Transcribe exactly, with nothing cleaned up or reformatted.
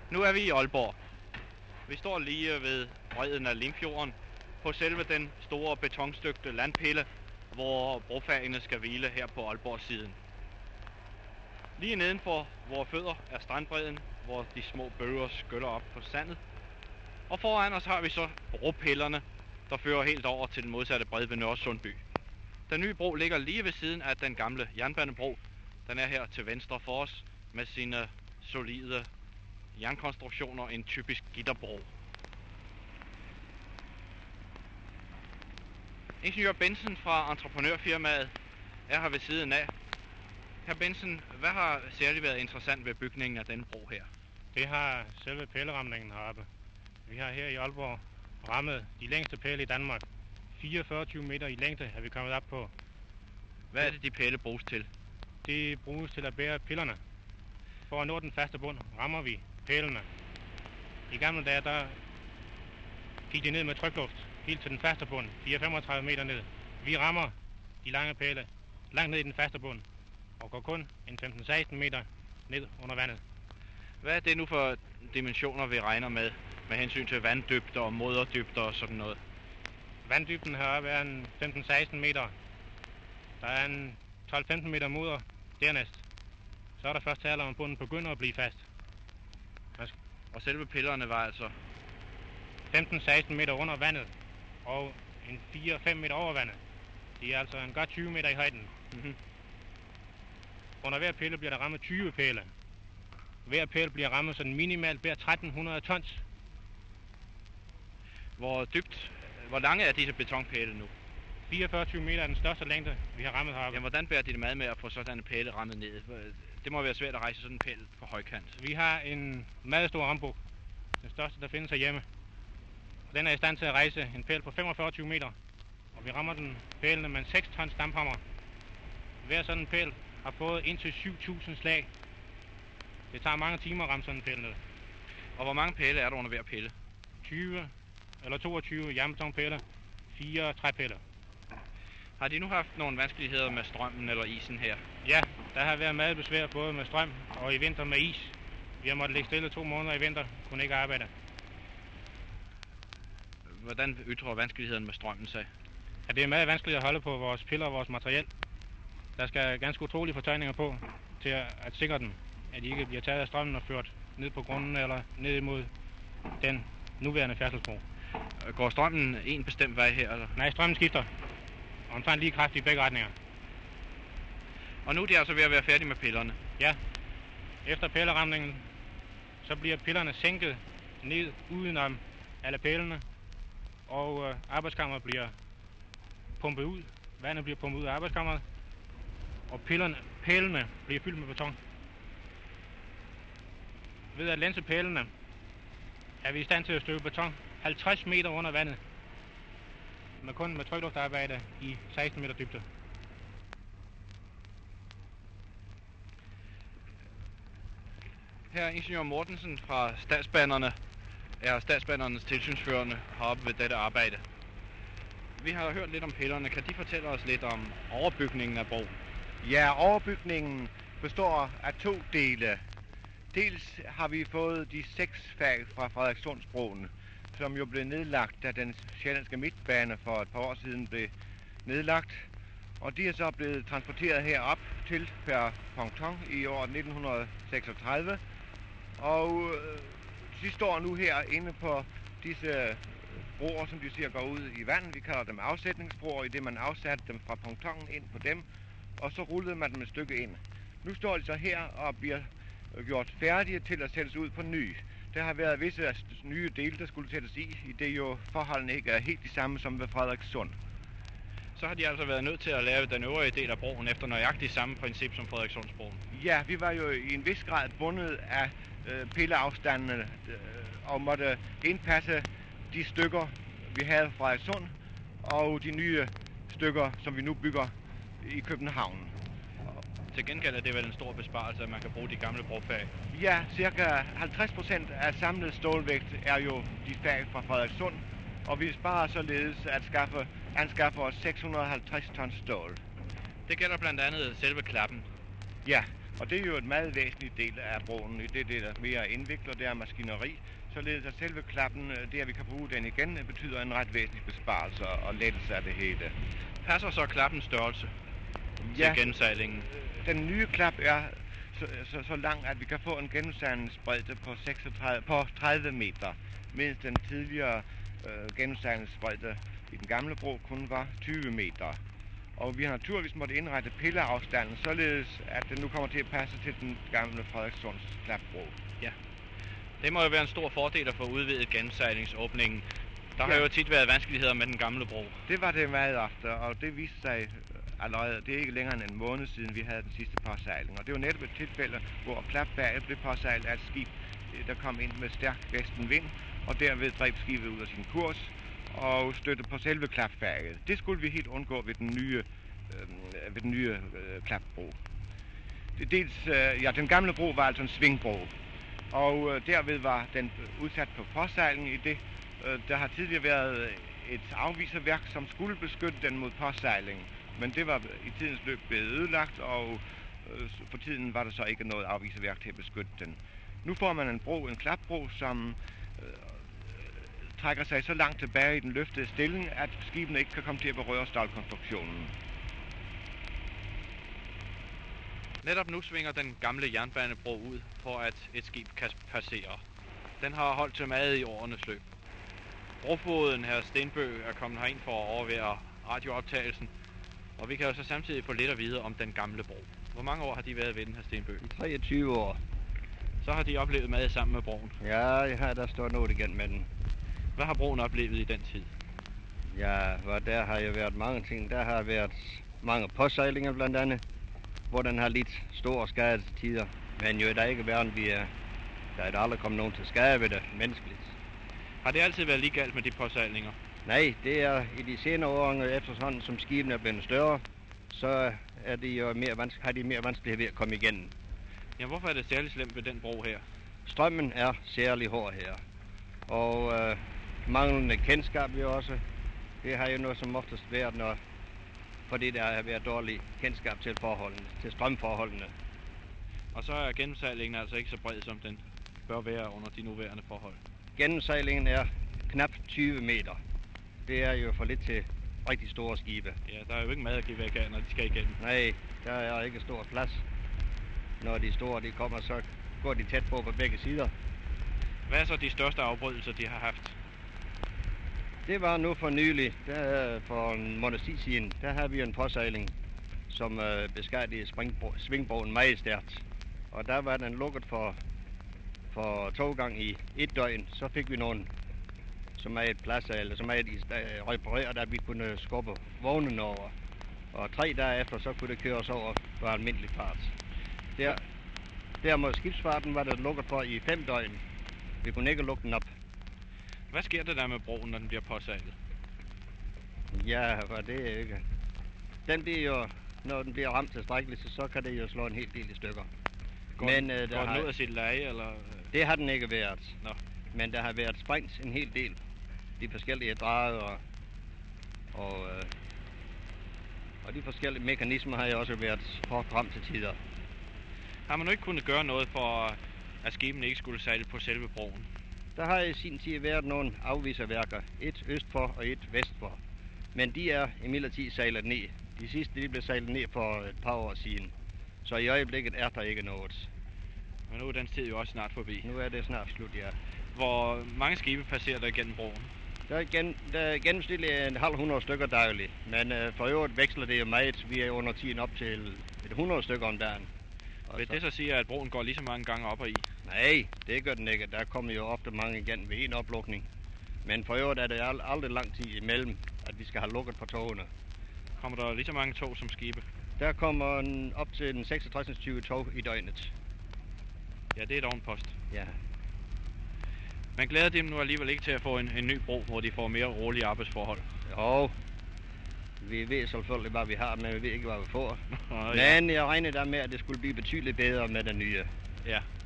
Nu er vi i Aalborg. Vi står lige ved bredden af Limfjorden på selve den store betonstøbte landpille, hvor brofærgene skal hvile her på Aalborg-siden. Lige nedenfor vores fødder er strandbredden, hvor de små bølger skyller op på sandet. Og foran os har vi så bropillerne, der fører helt over til den modsatte bred ved Nørresundby. Den nye bro ligger lige ved siden af den gamle jernbanebro. Den er her til venstre for os med sine solide jernkonstruktioner, en typisk gitterbro. Ingeniør Bensen fra entreprenørfirmaet er her ved siden af. Hr. Bensen, hvad har særligt været interessant ved bygningen af denne bro her? Det har selve pæleramningen heroppe. Vi har her i Aalborg rammet de længste pæle i Danmark. fireogfyrre meter i længde er vi kommet op på. Hvad er det, de pæle bruges til? Det bruges til at bære pillerne. For at nå den faste bund rammer vi pælene. I gamle dage, der gik de ned med trykluft helt til den faste bund, fire komma femogtredive meter ned. Vi rammer de lange pæle langt ned i den faste bund og går kun en femten til seksten meter ned under vandet. Hvad er det nu for dimensioner, vi regner med, med hensyn til vanddybder og moderdybder og sådan noget? Vanddybden heroppe er en femten til seksten meter. Der er en tolv til femten meter moder dernæst. Så er der først tale om, at bunden begynder at blive fast. Og selve pillerne var altså femten til seksten meter under vandet og en fire til fem meter over vandet. Det er altså en godt tyve meter i højden. Mm-hmm. Under hver pille bliver der rammet tyve pæle. Hver pæle bliver rammet sådan minimalt hver tretten hundrede tons. Hvor dybt, hvor lange er disse betonpæle nu? fireogfyrre meter er den største længde, vi har rammet heroppe. Jamen, hvordan bærer de det med med at få sådan en pæle rammet ned? Det må være svært at rejse sådan en pæle på højkant. Vi har en meget stor rambuk. Den største, der findes herhjemme. Den er i stand til at rejse en pæl på femogfyrre meter. Og vi rammer den pælene med en seks tons damphammer. Hver sådan en pæl har fået indtil syv tusind slag. Det tager mange timer at ramme sådan en pæl ned. Og hvor mange pæle er der under hver pæle? tyve eller toogtyve jernbetonpæle, fire træpæle. Har de nu haft nogle vanskeligheder med strømmen eller isen her? Ja, der har været meget besvær både med strøm og i vinter med is. Vi har måttet ligge stille to måneder i vinter, kunne ikke arbejde. Hvordan ytrer vanskeligheden med strømmen sig? Ja, det er meget vanskeligt at holde på vores piller og vores materiel. Der skal ganske utrolige fortøjninger på til at, at sikre dem, at de ikke bliver taget af strømmen og ført ned på grunden eller ned imod den nuværende færdselsbro. Går strømmen en bestemt vej her? Eller? Nej, strømmen skifter. Og den tager lige kraft i begge retninger. Og nu er de altså ved at være færdige med pillerne? Ja. Efter pilleramningen, så bliver pillerne sænket ned udenom alle pælene, og øh, arbejdskammeret bliver pumpet ud. Vandet bliver pumpet ud af arbejdskammeret, og pillerne, pælene bliver fyldt med beton. Ved at lænse pælene er vi i stand til at støbe beton halvtreds meter under vandet, med kun med trykluftarbejde i seksten meter dybde. Her ingeniør Mortensen fra Statsbanerne er Statsbanernes tilsynsførende heroppe ved dette arbejde. Vi har hørt lidt om pillerne. Kan de fortælle os lidt om overbygningen af broen? Ja, overbygningen består af to dele. Dels har vi fået de seks fag fra Frederikssundsbroen, som jo blev nedlagt, da den sjællandske midtbane for et par år siden blev nedlagt. Og de er så blevet transporteret herop til per ponton i år nitten seksogtredive. Og de står nu her inde på disse broer, som de siger går ud i vandet. Vi kalder dem afsætningsbroer, i det man afsatte dem fra pontonen ind på dem, og så rullede man dem et stykke ind. Nu står de så her og bliver gjort færdige til at sættes ud på ny. Der har været visse nye dele, der skulle sættes i, i det jo forholdene ikke er helt de samme som ved Frederikssund. Så har de altså været nødt til at lave den øvrige del af broen efter nøjagtigt samme princip som Frederikssundsbroen. Ja, vi var jo i en vis grad bundet af øh, pilleafstandene øh, og måtte indpasse de stykker, vi havde fra Frederikssund, og de nye stykker, som vi nu bygger i København. Til gengæld er det vel en stor besparelse, at man kan bruge de gamle brofag? Ja, cirka halvtreds procent af samlet stålvægt er jo de fag fra Frederikssund, og vi sparer således at skaffe, anskaffe os seks hundrede og halvtreds tons stål. Det gælder blandt andet selve klappen? Ja, Og det er jo et meget væsentligt del af broen. I det, det er mere indviklet, det er maskineri. Således at selve klappen, det at vi kan bruge den igen, betyder en ret væsentlig besparelse og lettelse af det hele. Passer så klappens størrelse Ja, til gensejlingen? den nye klap er så, så, så lang, at vi kan få en gennemsejlingsbredde på, seksogtredive, på tredive meter, mens den tidligere øh, gennemsejlingsbredde i den gamle bro kun var tyve meter. Og vi har naturligvis måttet indrette pilleafstanden, således at den nu kommer til at passe til den gamle Frederikssunds klapbro. Ja. Det må jo være en stor fordel at få udvidet gensejlingsåbningen. Der Ja. har jo tit været vanskeligheder med den gamle bro. Det var det meget ofte, og det viste sig allerede, det er ikke længere end en måned siden, vi havde den sidste påsejling. Og det var netop et tilfælde, hvor klapfærget blev påsejlet af et skib, der kom ind med stærk vestenvind, og derved drev skibet ud af sin kurs og støtte på selve klapfærget. Det skulle vi helt undgå ved den nye, øh, ved den nye øh, klapbro. Det, dels, øh, ja, den gamle bro var altså en svingbro, og øh, derved var den udsat på påsejling i det. Øh, der har tidligere været et afviserværk, som skulle beskytte den mod påsejling, men det var i tidens løb blevet ødelagt, og øh, for tiden var der så ikke noget afviserværk til at beskytte den. Nu får man en bro, en klapbro, som øh, trækker sig så langt tilbage i den løftede stilling, at skibene ikke kan komme til at berøre stålkonstruktionen. Netop nu svinger den gamle jernbanebro ud, for at et skib kan passere. Den har holdt til mad i årenes løb. Brofoden herr Stenbø er kommet herind for at overvære radiooptagelsen, og vi kan jo så samtidig få lidt at vide om den gamle bro. Hvor mange år har de været ved den, herr Stenbø? I treogtyve år. Så har de oplevet meget sammen med broen. Ja, jeg har der står noget igen med den. Hvad har broen oplevet i den tid? Ja, hvor der har jo været mange ting. Der har været mange påsejlinger blandt andet, hvor den har lidt store skade til tider. Men jo, der er ikke været, vi er, der er der aldrig kommet nogen til skade ved det menneskeligt. Har det altid været lige galt med de påsejlinger? Nej, det er i de senere år, efterhånden som skibene er blevet større, så er de jo mere vanske, har de mere vanskelighed ved at komme igennem. Ja, hvorfor er det særligt slemt ved den bro her? Strømmen er særlig hård her, og øh, manglende kendskab jo også. Det har jo noget som oftest været, når, fordi der har været dårlig kendskab til forholdene, til strømforholdene. Og så er gennemsejlingen altså ikke så bred, som den bør være under de nuværende forhold. Gennemsejlingen er knap tyve meter. Det er jo for lidt til rigtig store skibe. Ja, der er jo ikke mad at give væk af, når de skal igennem. Nej, der er ikke stor plads. Når de store de kommer, så går de tæt på på begge sider. Hvad er så de største afbrydelser, de har haft? Det var nu for nylig, der, for en måned siden, der havde vi en påsejling, som øh, beskadigede svingbroen meget stærkt. Og der var den lukket for, for toggang i et døgn. Så fik vi nogen, som er et plads, eller som er et uh, repareret, at vi kunne skubbe vognen over. Og tre dage efter, så kunne det køres over på almindelig fart. Der, der mod skibsfarten var det lukket for i fem døgn. Vi kunne ikke lukke den op. Hvad sker der der med broen, når den bliver påsejlet? Ja, hvad det er ikke. Den bliver jo, når den bliver ramt tilstrækkeligt, så kan det jo slå en hel del i stykker. Går, Men, den, øh, der går den har, ud af sit leje, eller? det har den ikke været. Nå. Men der har været sprængt en hel del. De forskellige drejer og, og, øh, og de forskellige mekanismer har jo også været hårdt ramt til tider. Har man nu ikke kunnet gøre noget for, at skibene ikke skulle sejle på selve broen? Der har i sin tid været nogle afviserværker, et øst for og et vest for. Men de er imidlertid sejlet ned. De sidste de blev sejlet ned for et par år siden. Så i øjeblikket er der ikke noget. Men nu er den tid jo også snart forbi. Nu er det snart slut, ja. Hvor mange skibe passerer der igennem broen? Der er, gen, der er gennemsnitligt en halv hundrede stykker dagligt. Men øh, for øvrigt veksler det jo meget. Vi er under tiden op til et hundrede stykker om dagen. Og Vil så... det så sige, at broen går lige så mange gange op og i? Nej, det gør den ikke. Der kommer jo ofte mange igen ved en oplukning. Men for øvrigt er det ald- aldrig lang tid imellem, at vi skal have lukket på togene. Kommer der lige så mange tog som skibe? Der kommer en, op til en seksogtres til tyve tog i døgnet. Ja, det er dog en post. Ja. Men glæder de dem nu alligevel ikke til at få en, en ny bro, hvor de får mere rolige arbejdsforhold? Jo, vi ved selvfølgelig, hvad vi har, men vi ved ikke, hvad vi får. Nå, ja. Men jeg regner der med, at det skulle blive betydeligt bedre med den nye. Ja.